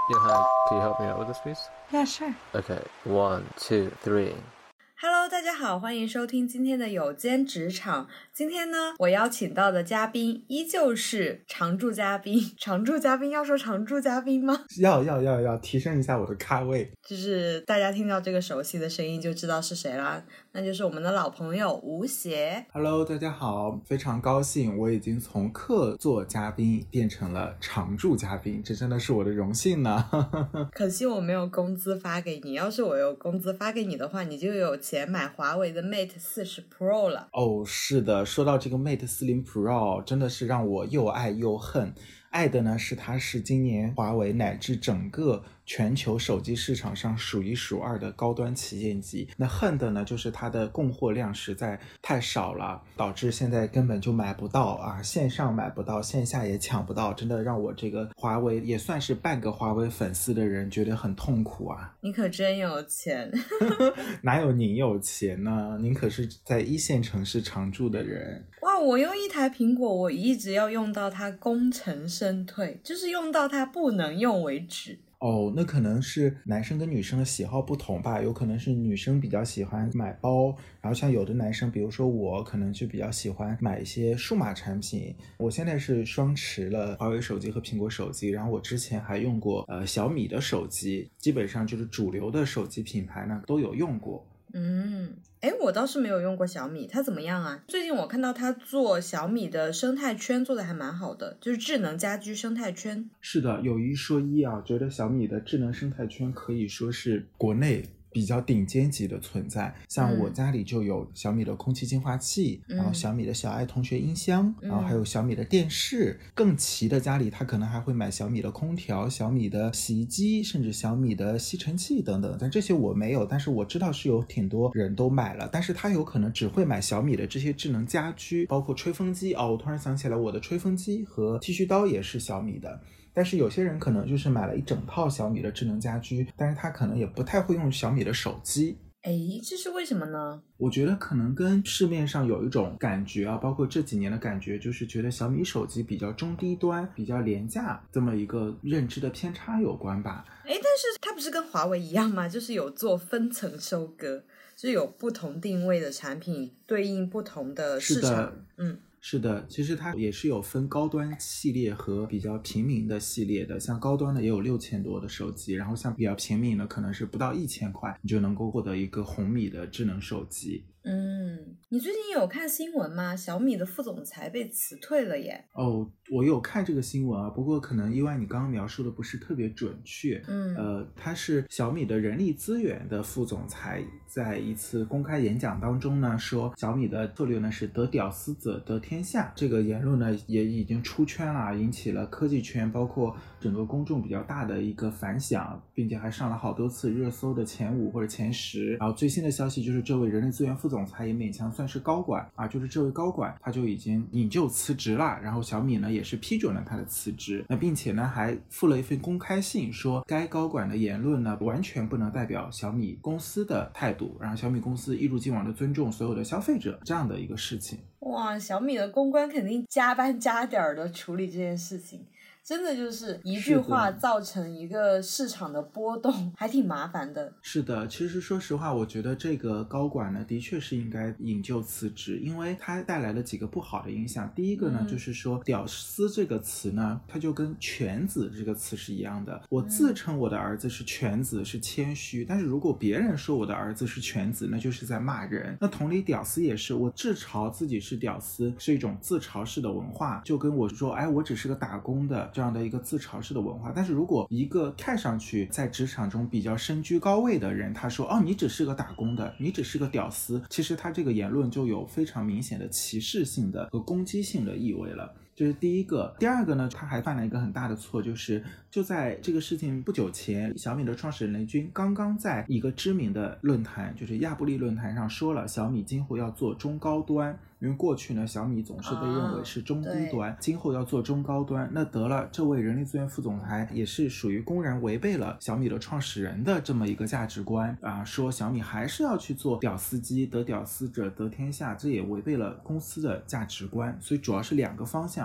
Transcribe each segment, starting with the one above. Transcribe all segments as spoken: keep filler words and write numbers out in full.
Johan, can you help me out with this, please? Yeah, sure. Okay, one, two, three. Hello， 大家好，欢迎收听今天的有间职场。今天呢，我邀请到的嘉宾依旧是常驻嘉宾。常驻嘉宾要说常驻嘉宾吗？ 要要要要提升一下我的咖位。 就是大家听到这个熟悉的声音就知道是谁啦，那就是我们的老朋友吴邪。 Hello， 大家好，非常高兴，我已经从客座嘉宾变成了常驻嘉宾，这真的是我的荣幸呢。 可惜我没有工资发给你，要是我有工资发给你的话，你就有钱买华为的 Mate 四十 Pro 了。 哦，是的，说到这个 Mate 四十 Pro， 真的是让我又爱又恨。爱的呢是它是今年华为乃至整个全球手机市场上数一数二的高端旗舰机，那恨的呢就是它的供货量实在太少了，导致现在根本就买不到啊，线上买不到，线下也抢不到，真的让我这个华为也算是半个华为粉丝的人觉得很痛苦啊。 你可真有钱。 哪有您有钱呢？您可是在一线城市常住的人。 哇，我用一台苹果，我一直要用到它功成身退，就是用到它不能用为止。 哦，那可能是男生跟女生的喜好不同吧，有可能是女生比较喜欢买包，然后像有的男生，比如说我可能就比较喜欢买一些数码产品。我现在是双持了华为手机和苹果手机，然后我之前还用过呃小米的手机，基本上就是主流的手机品牌呢都有用过。 嗯，诶，我倒是没有用过小米，它怎么样啊？最近我看到它做小米的生态圈做的还蛮好的，就是智能家居生态圈。 是的，有一说一啊，觉得小米的智能生态圈可以说是国内比较顶尖级的存在，像我家里就有小米的空气净化器、嗯、然后小米的小爱同学音箱、嗯、然后还有小米的电视，更齐的家里他可能还会买小米的空调、小米的洗衣机，甚至小米的吸尘器等等。但这些我没有，但是我知道是有挺多人都买了，但是他有可能只会买小米的这些智能家居，包括吹风机哦，我突然想起来我的吹风机和剃须刀也是小米的。但是有些人可能就是买了一整套小米的智能家居，但是他可能也不太会用小米的手机。 诶，这是为什么呢？ 我觉得可能跟市面上有一种感觉啊，包括这几年的感觉，就是觉得小米手机比较中低端，比较廉价，这么一个认知的偏差有关吧。 诶，但是它不是跟华为一样吗？就是有做分层收割，就是有不同定位的产品对应不同的市场。嗯。 是的，其实它也是有分高端系列和比较平民的系列的，像高端的也有六千多的手机，然后像比较平民的可能是不到一千块，你就能够获得一个红米的智能手机。 嗯，你最近有看新闻吗？小米的副总裁被辞退了耶。 哦，我有看这个新闻啊，不过可能因为你刚刚描述的不是特别准确。 嗯， 呃，他是小米的人力资源的副总裁，在一次公开演讲当中呢，说小米的策略呢是得屌丝者得天下，这个言论呢也已经出圈了，引起了科技圈包括整个公众比较大的一个反响，并且还上了好多次热搜的前五或者前十。然后最新的消息就是这位人力资源副总裁也勉强算是高管啊，就是这位高管他就已经引咎辞职了，然后小米呢也是批准了他的辞职，那并且呢还附了一份公开信，说该高管的言论呢完全不能代表小米公司的态度，然后小米公司一如既往的尊重所有的消费者这样的一个事情。 哇，小米的公关肯定加班加点的处理这件事情，真的就是一句话造成一个市场的波动，还挺麻烦的。 是的，其实说实话，我觉得这个高管呢，的确是应该引咎辞职，因为它带来了几个不好的影响。第一个呢，嗯、就是说屌丝这个词呢，它就跟犬子这个词是一样的。我自称我的儿子是犬子，是谦虚，但是如果别人说我的儿子是犬子，那就是在骂人。那同理，屌丝也是，我自嘲自己是屌丝，是一种自嘲式的文化，就跟我说，哎，我只是个打工的。这样的一个自嘲式的文化。但是如果一个看上去在职场中比较身居高位的人，他说哦你只是个打工的，你只是个屌丝，其实他这个言论就有非常明显的歧视性的和攻击性的意味了。这是第一个。第二个呢，他还犯了一个很大的错，就是就在这个事情不久前，小米的创始人雷军刚刚在一个知名的论坛，就是亚布力论坛上说了，小米今后要做中高端，因为过去呢小米总是被认为是中低端、哦、今后要做中高端。那得了，这位人力资源副总裁也是属于公然违背了小米的创始人的这么一个价值观啊，说小米还是要去做屌丝机，得屌丝者得天下，这也违背了公司的价值观。所以主要是两个方向，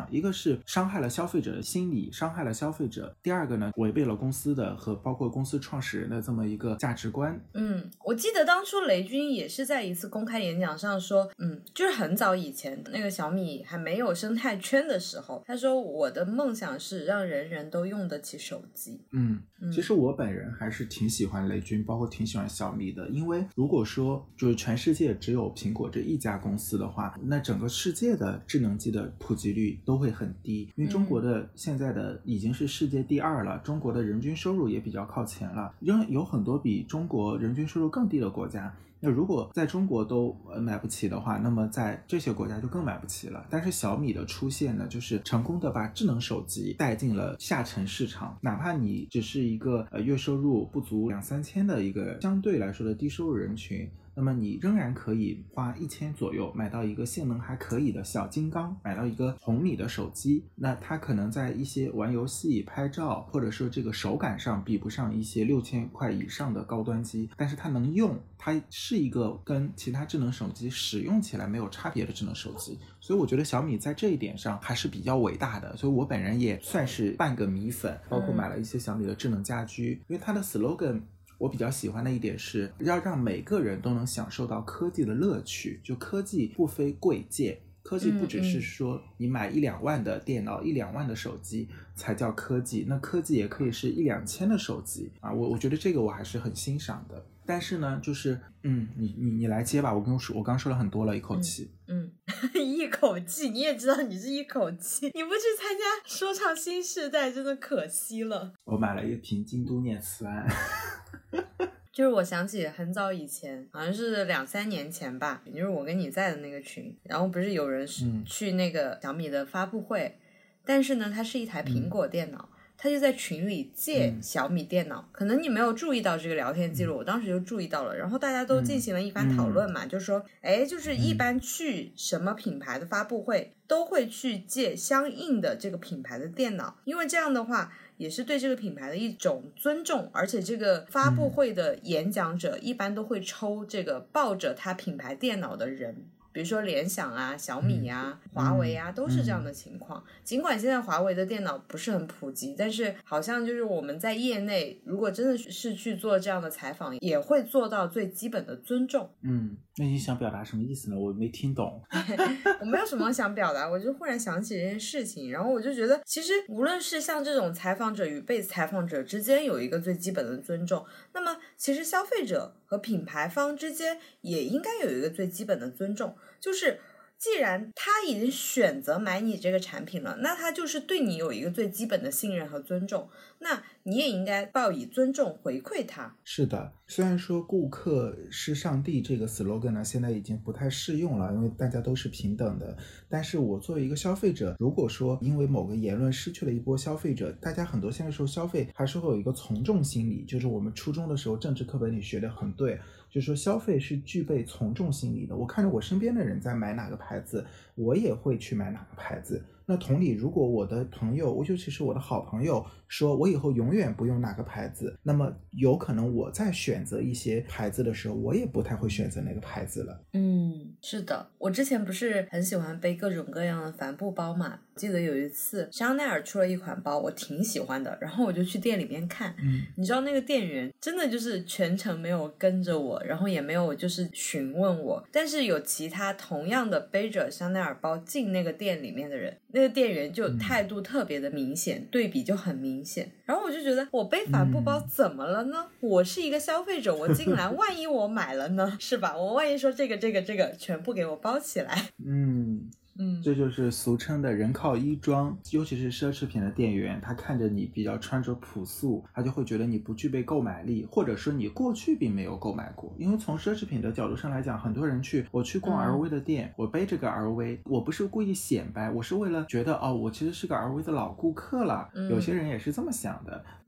向，一个是伤害了消费者的心理，伤害了消费者，第二个呢违背了公司的和包括公司创始人的这么一个价值观。 嗯，我记得当初雷军也是在一次公开演讲上说，嗯，就是很早以前那个小米还没有生态圈的时候，他说我的梦想是让人人都用得起手机。 嗯，其实我本人还是挺喜欢雷军，包括挺喜欢小米的，因为如果说就是全世界只有苹果这一家公司的话，那整个世界的智能机的普及率都会很低，因为中国的现在的已经是世界第二了，中国的人均收入也比较靠前了，有很多比中国人均收入更低的国家，那如果在中国都买不起的话，那么在这些国家就更买不起了。但是小米的出现呢，就是成功的把智能手机带进了下沉市场，哪怕你只是一个呃月收入不足两三千的一个相对来说的低收入人群，那么你仍然可以花一千左右买到一个性能还可以的小金刚，买到一个红米的手机。那它可能在一些玩游戏、拍照或者说这个手感上比不上一些六千块以上的高端机，但是它能用，它是一个跟其他智能手机使用起来没有差别的智能手机。所以我觉得小米在这一点上还是比较伟大的，所以我本人也算是半个米粉，包括买了一些小米的智能家居，因为它的 slogan我比较喜欢的一点是要让每个人都能享受到科技的乐趣，就科技不非贵贱，科技不只是说你买一两万的电脑、嗯嗯、一两万的手机才叫科技，那科技也可以是一两千的手机啊，我我觉得这个我还是很欣赏的。但是呢，就是嗯，你你你来接吧，我跟我说，我刚说了很多了，一口气， 嗯，嗯一口气，你也知道你是一口气，你不去参加说唱新时代，真的可惜了。 我买了一瓶京都念慈庵。 就是我想起很早以前，好像是两三年前吧，就是我跟你在的那个群，然后不是有人是去那个小米的发布会、嗯、但是呢它是一台苹果电脑、嗯、他就在群里借小米电脑、嗯、可能你没有注意到这个聊天记录、嗯、我当时就注意到了，然后大家都进行了一番讨论嘛、嗯、就说哎，就是一般去什么品牌的发布会、嗯、都会去借相应的这个品牌的电脑，因为这样的话也是对这个品牌的一种尊重，而且这个发布会的演讲者一般都会抽这个抱着他品牌电脑的人，比如说联想啊、小米啊、嗯、华为啊，都是这样的情况、嗯、尽管现在华为的电脑不是很普及，但是好像就是我们在业内如果真的是去做这样的采访，也会做到最基本的尊重。 嗯，那你想表达什么意思呢？我没听懂。 我没有什么想表达，我就忽然想起这件事情，然后我就觉得其实无论是像这种采访者与被采访者之间有一个最基本的尊重，那么其实消费者和品牌方之间也应该有一个最基本的尊重，就是既然他已经选择买你这个产品了，那他就是对你有一个最基本的信任和尊重，那你也应该报以尊重回馈他。 是的，虽然说顾客是上帝这个 slogan 呢现在已经不太适用了，因为大家都是平等的，但是我作为一个消费者，如果说因为某个言论失去了一波消费者，大家很多现在说消费还是会有一个从众心理，就是我们初中的时候政治课本里学的很对，就是说消费是具备从众心理的，我看着我身边的人在买哪个牌子，我也会去买哪个牌子。那同理，如果我的朋友，尤其是我的好朋友说我以后永远不用哪个牌子，那么有可能我在选择一些牌子的时候，我也不太会选择那个牌子了。 嗯，是的，我之前不是很喜欢背各种各样的帆布包嘛，记得有一次香奈儿出了一款包我挺喜欢的，然后我就去店里面看、嗯、你知道那个店员真的就是全程没有跟着我，然后也没有就是询问我，但是有其他同样的背着香奈儿包进那个店里面的人，那个店员就态度特别的明显、嗯、对比就很明显，然后我就觉得我背帆布包怎么了呢、嗯、我是一个消费者，我进来万一我买了呢是吧，我万一说这个这个这个全部给我包起来。 嗯嗯，这就是俗称的人靠衣装，尤其是奢侈品的店员，他看着你比较穿着朴素，他就会觉得你不具备购买力，或者说你过去并没有购买过。因为从奢侈品的角度上来讲，很多人去我去逛 L V 的店、嗯、我背这个 L V， 我不是故意显摆，我是为了觉得哦，我其实是个 L V 的老顾客了、嗯、有些人也是这么想的。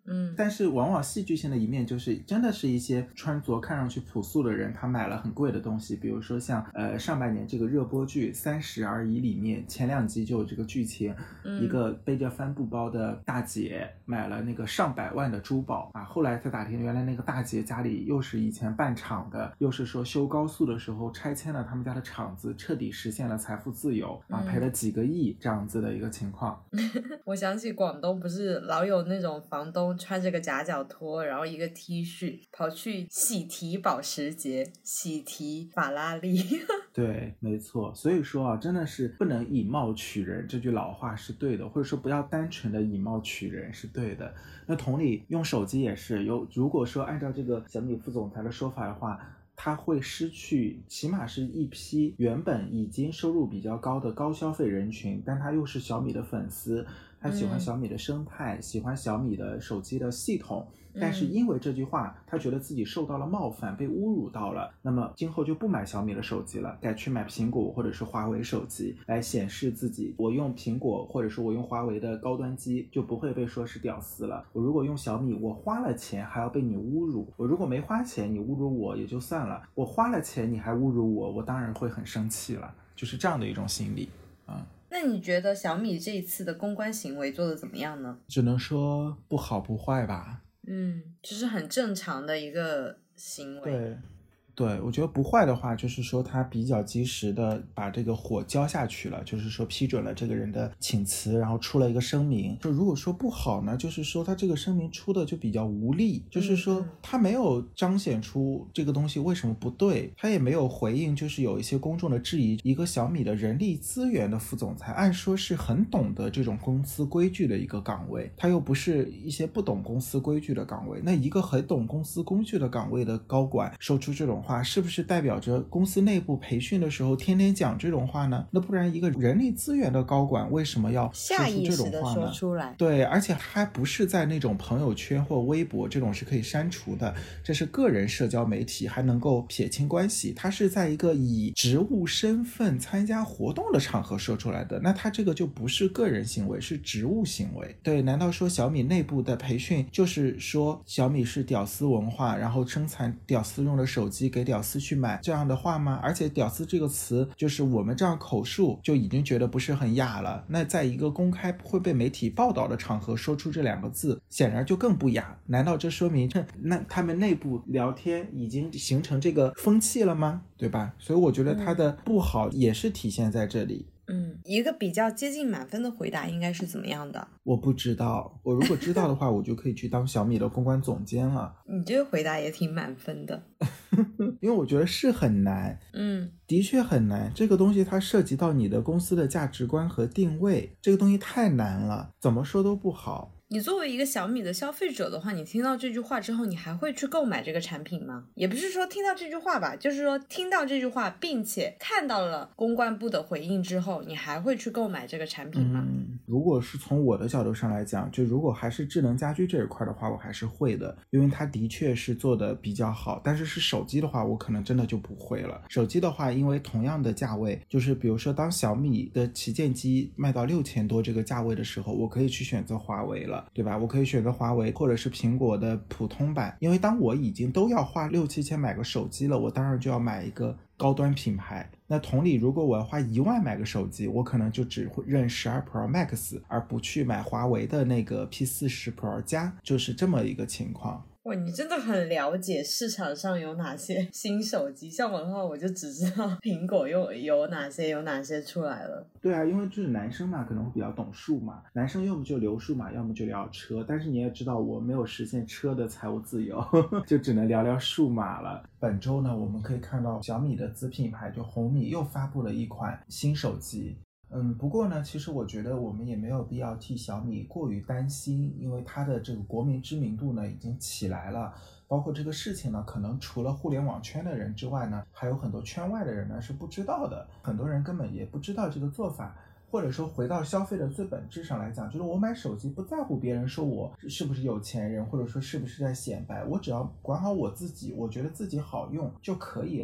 嗯， 但是往往戏剧性的一面就是真的是一些穿着看上去朴素的人，他买了很贵的东西，比如说像呃上半年这个热播剧《三十而已》里面前两集就有这个剧情、嗯、一个背着帆布包的大姐买了那个上百万的珠宝啊，后来才打听原来那个大姐家里又是以前办厂的，又是说修高速的时候拆迁了他们家的厂子，彻底实现了财富自由啊，赔了几个亿这样子的一个情况。 我想起广东不是老有那种房东穿着个夹脚拖，然后一个 T 恤跑去喜提保时捷，喜提法拉利。 对，没错。所以说啊，真的是不能以貌取人，这句老话是对的，或者说不要单纯的以貌取人是对的。那同理，用手机也是有，如果说按照这个小米副总裁的说法的话，他会失去起码是一批原本已经收入比较高的高消费人群，但他又是小米的粉丝，他喜欢小米的生态、嗯、喜欢小米的手机的系统，但是因为这句话他觉得自己受到了冒犯，被侮辱到了，那么今后就不买小米的手机了，改去买苹果或者是华为手机来显示自己，我用苹果或者是我用华为的高端机就不会被说是屌丝了，我如果用小米我花了钱还要被你侮辱，我如果没花钱你侮辱我也就算了，我花了钱你还侮辱我，我当然会很生气了，就是这样的一种心理啊、嗯。 那你觉得小米这一次的公关行为做得怎么样呢？ 只能说不好不坏吧。 嗯，就是很正常的一个行为。 对对，我觉得不坏的话就是说他比较及时的把这个火浇下去了，就是说批准了这个人的请辞，然后出了一个声明。就如果说不好呢，就是说他这个声明出的就比较无力，就是说他没有彰显出这个东西为什么不对，他也没有回应就是有一些公众的质疑。一个小米的人力资源的副总裁按说是很懂得这种公司规矩的一个岗位，他又不是一些不懂公司规矩的岗位，那一个很懂公司规矩的岗位的高管说出这种话，是不是代表着公司内部培训的时候天天讲这种话呢？那不然一个人力资源的高管为什么要说出这种话呢？ 下意识的说出来。 对，而且还不是在那种朋友圈或微博，这种是可以删除的，这是个人社交媒体，还能够撇清关系，他是在一个以职务身份参加活动的场合说出来的，那他这个就不是个人行为，是职务行为。对，难道说小米内部的培训就是说小米是屌丝文化，然后生产屌丝用的手机给屌丝去买这样的话吗？而且屌丝这个词就是我们这样口述就已经觉得不是很雅了，那在一个公开会被媒体报道的场合说出这两个字显然就更不雅，难道这说明那他们内部聊天已经形成这个风气了吗？对吧？所以我觉得他的不好也是体现在这里。 嗯，一个比较接近满分的回答应该是怎么样的？ 我不知道，我如果知道的话我就可以去当小米的公关总监了。 你这个回答也挺满分的。 因为我觉得是很难， 嗯， 的确很难，这个东西它涉及到你的公司的价值观和定位，这个东西太难了，怎么说都不好。 你作为一个小米的消费者的话，你听到这句话之后你还会去购买这个产品吗？也不是说听到这句话吧，就是说听到这句话并且看到了公关部的回应之后，你还会去购买这个产品吗？ 嗯，如果是从我的角度上来讲，就如果还是智能家居这一块的话，我还是会的，因为它的确是做的比较好。但是是手机的话我可能真的就不会了。手机的话因为同样的价位，就是比如说当小米的旗舰机卖到六千多这个价位的时候，我可以去选择华为了，对吧？我可以选择华为或者是苹果的普通版，因为当我已经都要花六七千买个手机了，我当然就要买一个高端品牌。那同理，如果我要花一万买个手机，我可能就只会认十二 Pro Max， 而不去买华为的那个 P 四十 Pro 加，就是这么一个情况。 哇，你真的很了解市场上有哪些新手机，像我的话我就只知道苹果有有哪些有哪些出来了。 对啊，因为就是男生嘛可能会比较懂数嘛，男生要么就留数码，要么就聊车，但是你也知道我没有实现车的财务自由就只能聊聊数码了。本周呢我们可以看到小米的子品牌就红米又发布了一款新手机。嗯，不过呢其实我觉得我们也没有必要替小米过于担心，因为它的这个国民知名度呢已经起来了，包括这个事情呢可能除了互联网圈的人之外呢，还有很多圈外的人呢是不知道的，很多人根本也不知道这个做法。或者说回到消费的最本质上来讲，就是我买手机不在乎别人说我是不是有钱人，或者说是不是在显摆，我只要管好我自己，我觉得自己好用就可以了。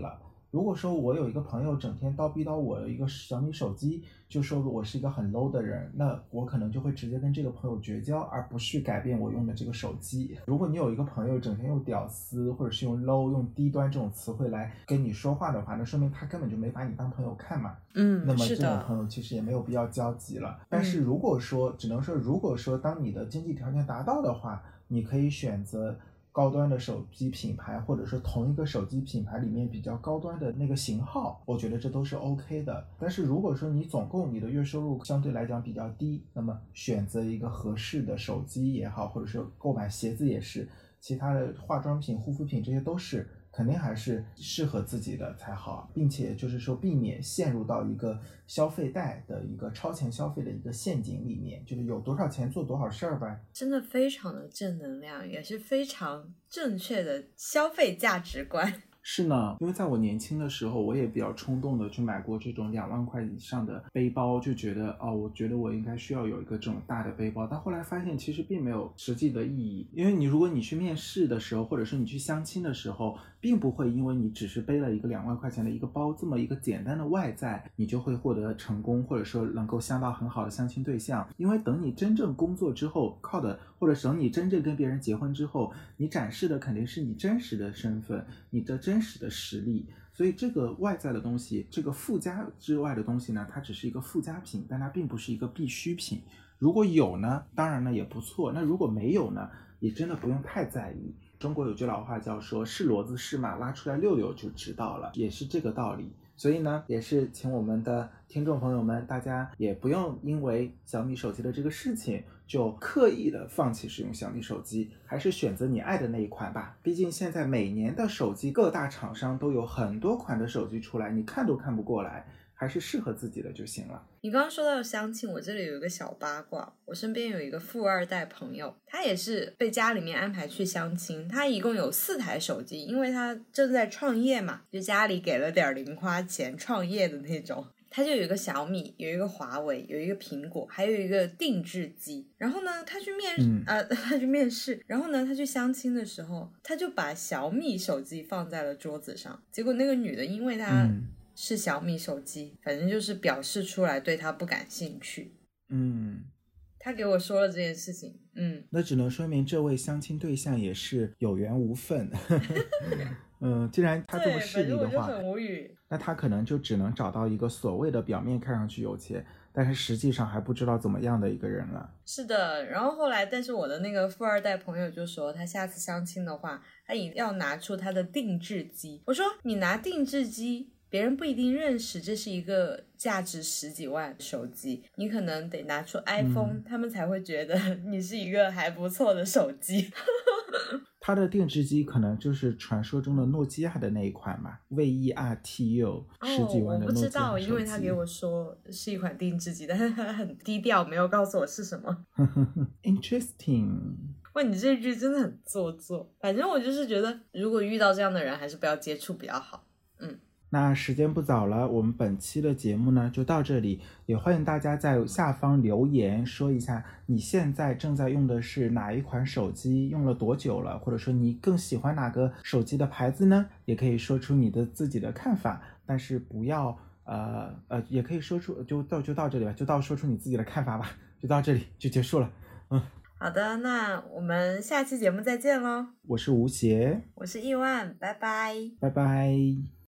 如果说我有一个朋友整天叨逼叨我的一个小米手机，就说我是一个很 low 的人，那我可能就会直接跟这个朋友绝交，而不是改变我用的这个手机。如果你有一个朋友整天用屌丝或者是用 low 用低端这种词汇来跟你说话的话，那说明他根本就没把你当朋友看嘛。 嗯， 那么这种朋友其实也没有必要交集了。但是如果说、嗯、只能说如果说当你的经济条件达到的话，你可以选择高端的手机品牌，或者说同一个手机品牌里面比较高端的那个型号，我觉得这都是 OK 的。但是如果说你总共你的月收入相对来讲比较低，那么选择一个合适的手机也好，或者是购买鞋子也是，其他的化妆品护肤品这些都是，肯定还是适合自己的才好，并且就是说避免陷入到一个消费贷的一个超前消费的一个陷阱里面，就是有多少钱做多少事儿呗。 真的非常的正能量，也是非常正确的消费价值观。 是呢，因为在我年轻的时候，我也比较冲动的去买过这种两万块以上的背包，就觉得哦，我觉得我应该需要有一个这种大的背包。但后来发现其实并没有实际的意义，因为你如果你去面试的时候，或者是你去相亲的时候，并不会因为你只是背了一个两万块钱的一个包，这么一个简单的外在，你就会获得成功，或者说能够相到很好的相亲对象。因为等你真正工作之后，靠的或者等你真正跟别人结婚之后，你展示的肯定是你真实的身份，你的真实的实力。所以这个外在的东西，这个附加之外的东西呢，它只是一个附加品，但它并不是一个必需品。如果有呢，当然呢也不错，那如果没有呢，也真的不用太在意。中国有句老话叫说是骡子是马，拉出来溜溜就知道了，也是这个道理。所以呢，也是请我们的听众朋友们，大家也不用因为小米手机的这个事情就刻意的放弃使用小米手机，还是选择你爱的那一款吧。毕竟现在每年的手机各大厂商都有很多款的手机出来，你看都看不过来，还是适合自己的就行了。 你刚刚说到相亲，我这里有一个小八卦，我身边有一个富二代朋友，他也是被家里面安排去相亲，他一共有四台手机，因为他正在创业嘛，就家里给了点零花钱创业的那种。他就有一个小米，有一个华为，有一个苹果，还有一个定制机。然后呢，他去面、嗯、呃，他去面试，然后呢，他去相亲的时候，他就把小米手机放在了桌子上。结果那个女的，因为他是小米手机，反正就是表示出来对他不感兴趣。 嗯， 他给我说了这件事情。嗯， 那只能说明这位相亲对象也是有缘无分。嗯，既然他这么势利的话， 我就很无语。 那他可能就只能找到一个所谓的表面看上去有钱，但是实际上还不知道怎么样的一个人了。 是的，然后后来，但是我的那个富二代朋友就说，他下次相亲的话，他一定要拿出他的定制机。我说，你拿定制机，别人不一定认识，这是一个价值十几万的手机，你可能得拿出 iPhone、嗯、他们才会觉得你是一个还不错的手机。 它的定制机可能就是传说中的诺基亚的那一款嘛 ，V E R T U 十几万的诺基亚手机。 我不知道，因为他给我说是一款定制机，但是他很低调，没有告诉我是什么。 Interesting。 哇，你这句真的很做作。反正我就是觉得，如果遇到这样的人，还是不要接触比较好。嗯。 那时间不早了，我们本期的节目呢就到这里，也欢迎大家在下方留言说一下你现在正在用的是哪一款手机，用了多久了，或者说你更喜欢哪个手机的牌子呢？也可以说出你的自己的看法，但是不要呃呃，也可以说出就到就到这里吧，就到说出你自己的看法吧，就到这里就结束了。嗯， 好的，那我们下期节目再见咯。 我是吴邪， 我是亿万，拜拜， 拜拜。